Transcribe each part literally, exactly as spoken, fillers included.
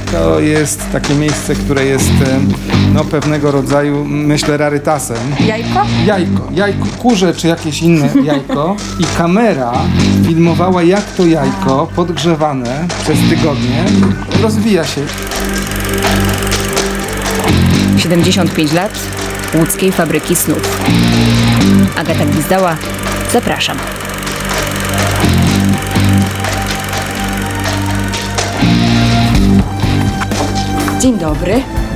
to jest takie miejsce, które jest no, pewnego rodzaju, myślę, rarytasem. Jajko? Jajko. Jajko, kurze czy jakieś inne jajko. I kamera filmowała, jak to jajko podgrzewane przez tygodnie rozwija się. siedemdziesiąt pięć lat łódzkiej fabryki snów. Agata Gwizdała, zapraszam. Dzień dobry.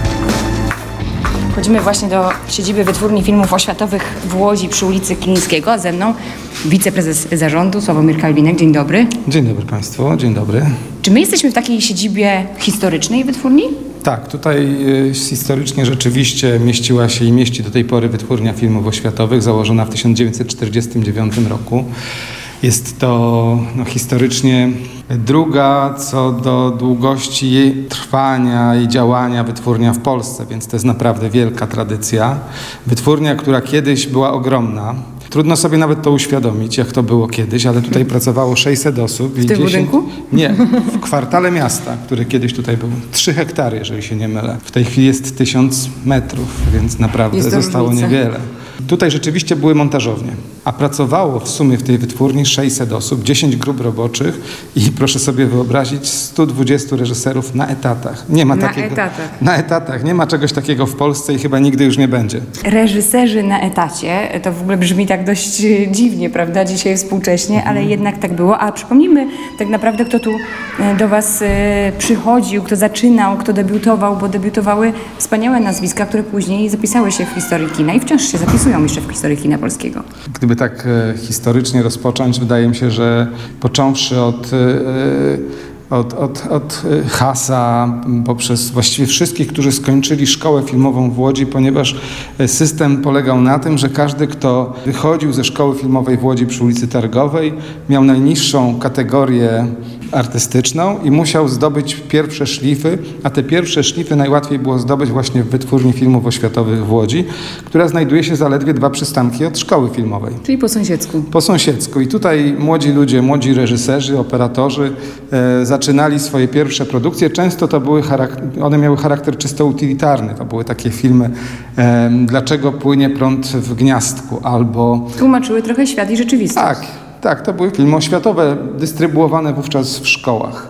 Wchodzimy właśnie do siedziby Wytwórni Filmów Oświatowych w Łodzi przy ulicy Kilińskiego, a ze mną wiceprezes zarządu Sławomir Kalbinek. Dzień dobry. Dzień dobry Państwu, dzień dobry. Czy my jesteśmy w takiej siedzibie historycznej wytwórni? Tak, tutaj y, historycznie rzeczywiście mieściła się i mieści do tej pory Wytwórnia Filmów Oświatowych, założona w tysiąc dziewięćset czterdziestym dziewiątym roku. Jest to no, historycznie druga co do długości jej trwania i działania wytwórnia w Polsce, więc to jest naprawdę wielka tradycja. Wytwórnia, która kiedyś była ogromna. Trudno sobie nawet to uświadomić, jak to było kiedyś, ale tutaj pracowało sześćset osób. W tym budynku? Nie, w kwartale miasta, który kiedyś tutaj był. Trzy hektary, jeżeli się nie mylę. W tej chwili jest tysiąc metrów, więc naprawdę zostało różnica. niewiele. Tutaj rzeczywiście były montażownie, a pracowało w sumie w tej wytwórni sześćset osób, dziesięć grup roboczych i proszę sobie wyobrazić stu dwudziestu reżyserów na etatach. Nie ma Na takiego, etatach. Na etatach. Nie ma czegoś takiego w Polsce i chyba nigdy już nie będzie. Reżyserzy na etacie, to w ogóle brzmi tak dość dziwnie, prawda, dzisiaj współcześnie, Mhm. ale jednak tak było. A przypomnijmy tak naprawdę, kto tu e, do Was e, przychodził, kto zaczynał, kto debiutował, bo debiutowały wspaniałe nazwiska, które później zapisały się w historii kina i wciąż się zapisują jeszcze w historii kina polskiego. Gdyby tak e, historycznie rozpocząć, wydaje mi się, że począwszy od, e, od, od, od Hasa, poprzez właściwie wszystkich, którzy skończyli szkołę filmową w Łodzi, ponieważ system polegał na tym, że każdy, kto wychodził ze szkoły filmowej w Łodzi przy ulicy Targowej, miał najniższą kategorię artystyczną i musiał zdobyć pierwsze szlify, a te pierwsze szlify najłatwiej było zdobyć właśnie w Wytwórni Filmów Oświatowych w Łodzi, która znajduje się zaledwie dwa przystanki od szkoły filmowej. Czyli po sąsiedzku. Po sąsiedzku. I tutaj młodzi ludzie, młodzi reżyserzy, operatorzy e, zaczynali swoje pierwsze produkcje. Często to były charak- one miały charakter czysto utylitarny. To były takie filmy e, Dlaczego płynie prąd w gniazdku albo... Tłumaczyły trochę świat i rzeczywistość. Tak. Tak, to były filmy oświatowe, dystrybuowane wówczas w szkołach.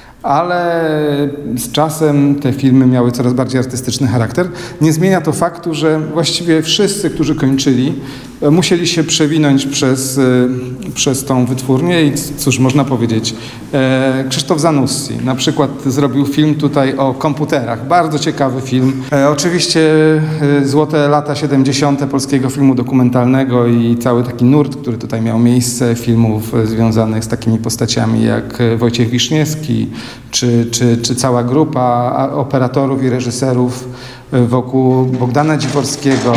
Ale z czasem te filmy miały coraz bardziej artystyczny charakter. Nie zmienia to faktu, że właściwie wszyscy, którzy kończyli, musieli się przewinąć przez, przez tą wytwórnię i cóż można powiedzieć. E, Krzysztof Zanussi na przykład zrobił film tutaj o komputerach. Bardzo ciekawy film. E, oczywiście e, złote lata siedemdziesiąte polskiego filmu dokumentalnego i cały taki nurt, który tutaj miał miejsce, filmów związanych z takimi postaciami jak Wojciech Wiszniewski, Czy, czy, czy cała grupa operatorów i reżyserów wokół Bogdana Dziworskiego.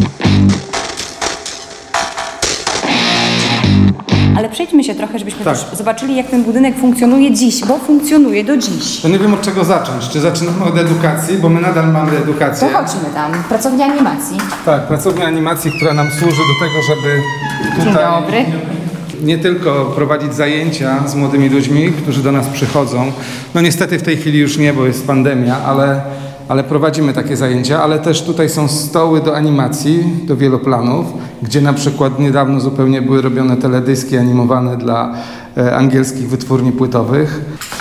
Ale przejdźmy się trochę, żebyśmy Tak. też zobaczyli, jak ten budynek funkcjonuje dziś, bo funkcjonuje do dziś. To nie wiem, od czego zacząć. Czy zaczynamy od edukacji, bo my nadal mamy edukację. To chodźmy tam. Pracownia animacji. Tak, pracownia animacji, która nam służy do tego, żeby Dzień tutaj dobry. nie tylko prowadzić zajęcia z młodymi ludźmi, którzy do nas przychodzą. No niestety w tej chwili już nie, bo jest pandemia, ale, ale prowadzimy takie zajęcia, ale też tutaj są stoły do animacji, do wieloplanów, gdzie na przykład niedawno zupełnie były robione teledyski animowane dla e, angielskich wytwórni płytowych.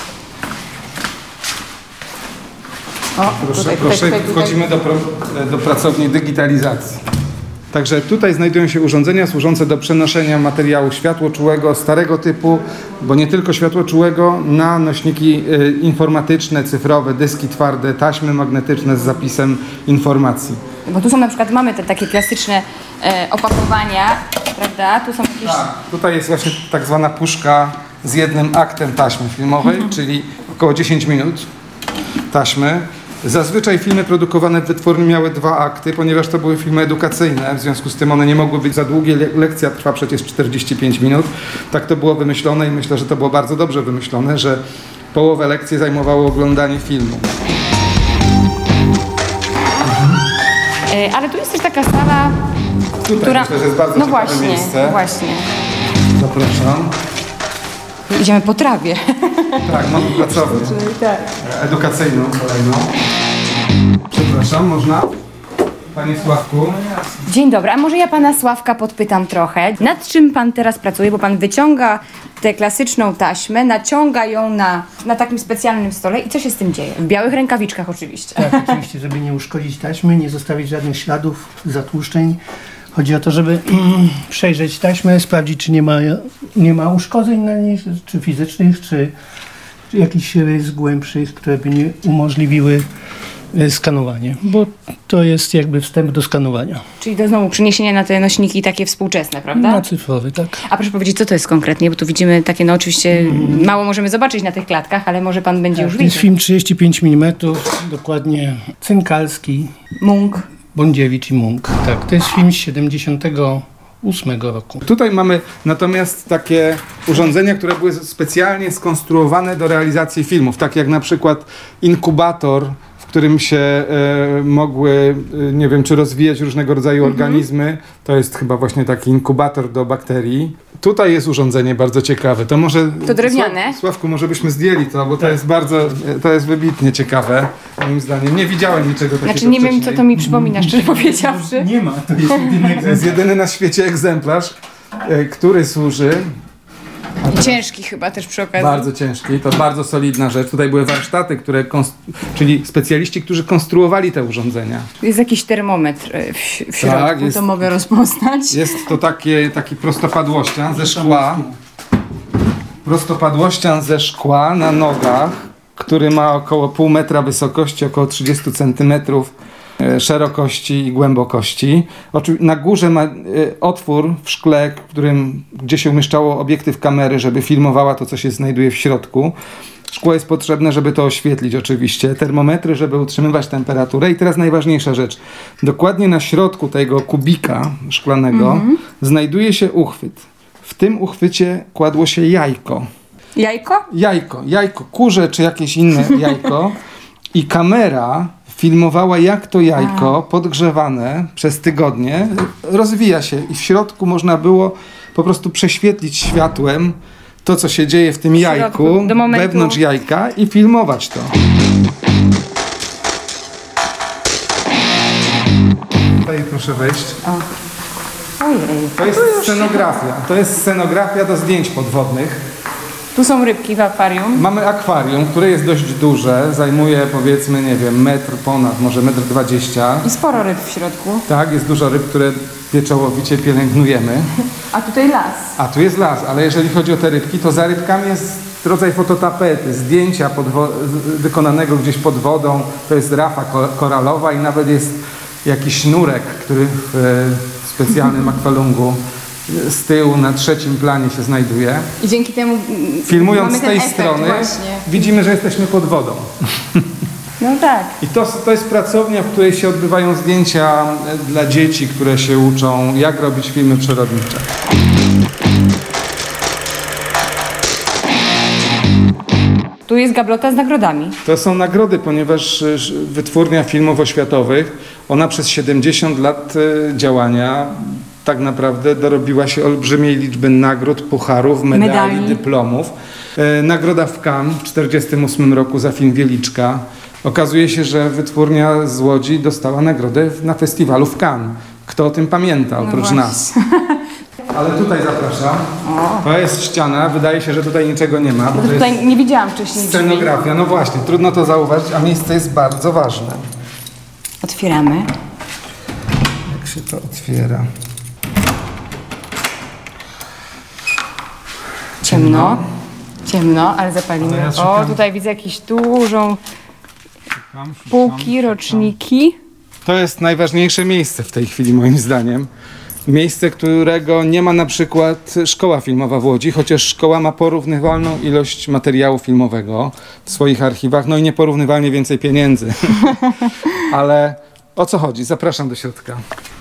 O, Proszę, tutaj, proszę tutaj, tutaj, wchodzimy do, pro, do pracowni digitalizacji. Także tutaj znajdują się urządzenia służące do przenoszenia materiału światłoczułego, starego typu, bo nie tylko światłoczułego, na nośniki y, informatyczne, cyfrowe, dyski twarde, taśmy magnetyczne z zapisem informacji. Bo tu są na przykład, mamy te takie klasyczne e, opakowania, prawda? Tu są jakieś... Tak, tutaj jest właśnie tak zwana puszka z jednym aktem taśmy filmowej, mhm. czyli około dziesięć minut taśmy. Zazwyczaj filmy produkowane w wytwórni miały dwa akty, ponieważ to były filmy edukacyjne, w związku z tym one nie mogły być za długie. Lekcja trwa przecież czterdzieści pięć minut. Tak to było wymyślone i myślę, że to było bardzo dobrze wymyślone, że połowę lekcji zajmowało oglądanie filmu. E, ale tu jest też taka sala, Tutaj która... myślę, że jest bardzo no ciekawe właśnie, miejsce. właśnie. Zapraszam. Idziemy po trawie. Tak, mamy pracownię Tak. edukacyjną kolejną. Przepraszam, można? Panie Sławku. Dzień dobry, a może ja pana Sławka podpytam trochę. Nad czym pan teraz pracuje? Bo pan wyciąga tę klasyczną taśmę, naciąga ją na, na takim specjalnym stole i co się z tym dzieje? W białych rękawiczkach oczywiście. Tak, oczywiście, żeby nie uszkodzić taśmy, nie zostawić żadnych śladów, zatłuszczeń. Chodzi o to, żeby przejrzeć taśmę, sprawdzić, czy nie ma, nie ma uszkodzeń na niej, czy fizycznych, czy, czy jakichś rys głębszych, które by nie umożliwiły e, skanowanie, bo to jest jakby wstęp do skanowania. Czyli do znowu przeniesienia na te nośniki takie współczesne, prawda? Na cyfrowy, tak. A proszę powiedzieć, co to jest konkretnie? Bo tu widzimy takie, no oczywiście mało możemy zobaczyć na tych klatkach, ale może pan będzie już To jest widział. film trzydzieści pięć milimetrów, dokładnie Cynkalski, Munk. Bądziewicz i Munk. Tak, to jest film z siedemdziesiątego ósmego roku. Tutaj mamy natomiast takie urządzenia, które były specjalnie skonstruowane do realizacji filmów, tak jak na przykład inkubator, w którym się e, mogły, e, nie wiem, czy rozwijać różnego rodzaju organizmy. To jest chyba właśnie taki inkubator do bakterii. Tutaj jest urządzenie bardzo ciekawe. To może... To drewniane? Sław, Sławku, może byśmy zdjęli to, bo to jest bardzo, to jest wybitnie ciekawe, moim zdaniem. Nie widziałem niczego takiego Znaczy nie wiem, co wcześniej. to mi przypomina, szczerze powiedziawszy. Nie ma, to jest jedyny To jest jedyny na świecie egzemplarz, e, który służy... I ciężki chyba też przy okazji. Bardzo ciężki, to bardzo solidna rzecz. Tutaj były warsztaty, które konst- czyli specjaliści, którzy konstruowali te urządzenia. Jest jakiś termometr e, w, w środku, Tak, jest- to mogę rozpoznać. Jest to takie, taki prostopadłościan ze szkła. Prostopadłościan ze szkła na nogach, który ma około pół metra wysokości, około trzydzieści centymetrów e, szerokości i głębokości. Oczy- na górze ma e, otwór w szkle, w którym, gdzie się umieszczało obiektyw kamery, żeby filmowała to, co się znajduje w środku. Szkło jest potrzebne, żeby to oświetlić oczywiście. Termometry, żeby utrzymywać temperaturę. I teraz najważniejsza rzecz. Dokładnie na środku tego kubika szklanego znajduje się uchwyt. W tym uchwycie kładło się jajko. Jajko? Jajko, jajko, kurze czy jakieś inne jajko. I kamera filmowała, jak to jajko podgrzewane przez tygodnie rozwija się. I w środku można było po prostu prześwietlić światłem to, co się dzieje w tym środku, jajku, do momentu- wewnątrz jajka i filmować to. Tutaj proszę wejść. Ojej. To jest scenografia. To jest scenografia do zdjęć podwodnych. Tu są rybki w akwarium. Mamy akwarium, które jest dość duże, zajmuje powiedzmy, nie wiem, metr ponad, może metr dwadzieścia. I sporo ryb w środku. Tak, jest dużo ryb, które pieczołowicie pielęgnujemy. A tutaj las. A tu jest las, ale jeżeli chodzi o te rybki, to za rybkami jest rodzaj fototapety, zdjęcia podwo- wykonanego gdzieś pod wodą. To jest rafa ko- koralowa i nawet jest jakiś sznurek, który w e, specjalnym akwalungu e, z tyłu na trzecim planie się znajduje. I dzięki temu mm, Filmując mamy z ten tej efekt strony, właśnie. widzimy, że jesteśmy pod wodą. No tak. I to, to jest pracownia, w której się odbywają zdjęcia e, dla dzieci, które się uczą, jak robić filmy przyrodnicze. Tu jest gablota z nagrodami. To są nagrody, ponieważ e, ż- wytwórnia filmów oświatowych, ona przez siedemdziesiąt lat e, działania tak naprawdę dorobiła się olbrzymiej liczby nagród, pucharów, medali, Medali. dyplomów. E, Nagroda w Cannes w tysiąc dziewięćset czterdziestym ósmym roku za film Wieliczka. Okazuje się, że wytwórnia z Łodzi dostała nagrodę w- na festiwalu w Cannes. Kto o tym pamięta, oprócz właśnie. nas? Ale tutaj zapraszam. To jest ściana, wydaje się, że tutaj niczego nie ma. Bo No to jest tutaj nie widziałam wcześniej drzwi. scenografia, no właśnie, trudno to zauważyć, a miejsce jest bardzo ważne. Otwieramy. Jak się to otwiera? Ciemno. Ciemno, ale zapalimy. Ale ja O, szukam. tutaj widzę jakąś dużą półki, roczniki. To jest najważniejsze miejsce w tej chwili, moim zdaniem. Miejsce, którego nie ma na przykład szkoła filmowa w Łodzi, chociaż szkoła ma porównywalną ilość materiału filmowego w swoich archiwach, no i nieporównywalnie więcej pieniędzy. Ale o co chodzi? Zapraszam do środka.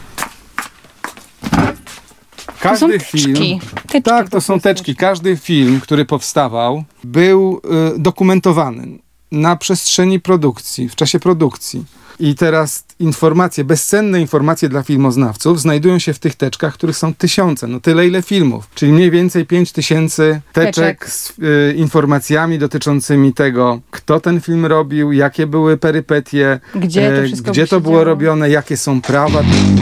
To są Każdy teczki. film. Teczki Tak, po to są prostu. teczki. Każdy film, który powstawał, był y, dokumentowany. na przestrzeni produkcji, w czasie produkcji. I teraz informacje, bezcenne informacje dla filmoznawców znajdują się w tych teczkach, których są tysiące, no tyle ile filmów. Czyli mniej więcej pięć tysięcy teczek Teczek. z y, informacjami dotyczącymi tego, kto ten film robił, jakie były perypetie, Gdzie to e, wszystko gdzie by to się było działo. robione, jakie są prawa.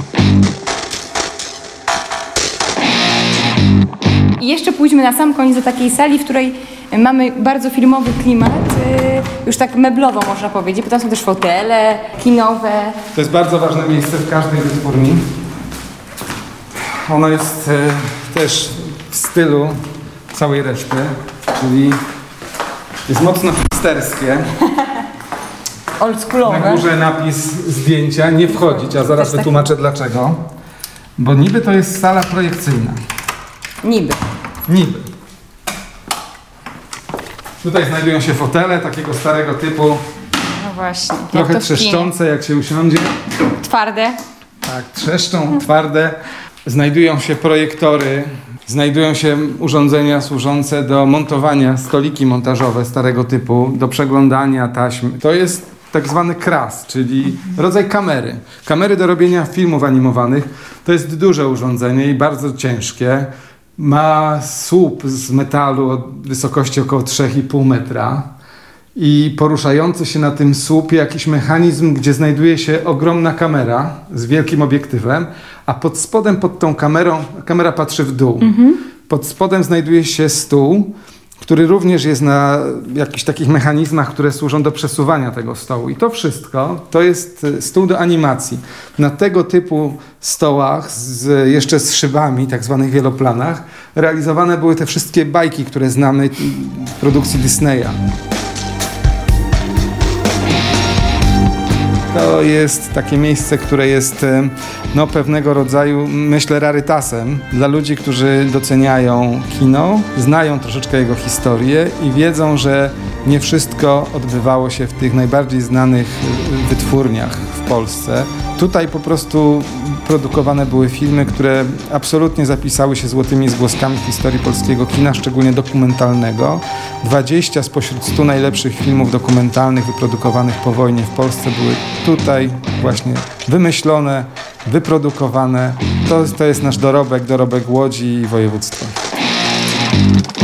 I jeszcze pójdźmy na sam koniec do takiej sali, w której mamy bardzo filmowy klimat, y, już tak meblowo można powiedzieć, bo tam są też fotele kinowe. To jest bardzo ważne miejsce w każdej wytwórni. Ono jest e, też w stylu całej reszty, czyli jest mocno hipsterskie. Na Oldschoolowe. górze napis zdjęcia, nie wchodzić, a zaraz Też tak. wytłumaczę dlaczego. Bo niby to jest sala projekcyjna. Niby. Niby. Tutaj znajdują się fotele takiego starego typu, No właśnie. jak trochę to w kinie. trzeszczące jak się usiądzie. Twarde. Tak, trzeszczą, twarde. Znajdują się projektory, znajdują się urządzenia służące do montowania, stoliki montażowe starego typu, do przeglądania taśm. To jest tak zwany kras, czyli rodzaj kamery. Kamery do robienia filmów animowanych. To jest duże urządzenie i bardzo ciężkie. Ma słup z metalu o wysokości około trzy i pół metra. I poruszający się na tym słupie jakiś mechanizm, gdzie znajduje się ogromna kamera z wielkim obiektywem, a pod spodem, pod tą kamerą, kamera patrzy w dół. Pod spodem znajduje się stół, który również jest na jakichś takich mechanizmach, które służą do przesuwania tego stołu. I to wszystko to jest stół do animacji. Na tego typu stołach, z, jeszcze z szybami, tak zwanych wieloplanach, realizowane były te wszystkie bajki, które znamy w produkcji Disneya. To jest takie miejsce, które jest no, pewnego rodzaju, myślę, rarytasem dla ludzi, którzy doceniają kino, znają troszeczkę jego historię i wiedzą, że nie wszystko odbywało się w tych najbardziej znanych wytwórniach w Polsce. Tutaj po prostu produkowane były filmy, które absolutnie zapisały się złotymi zgłoskami w historii polskiego kina, szczególnie dokumentalnego. dwadzieścia spośród stu najlepszych filmów dokumentalnych wyprodukowanych po wojnie w Polsce były tutaj właśnie wymyślone, wyprodukowane. To, to jest nasz dorobek, dorobek Łodzi i województwa.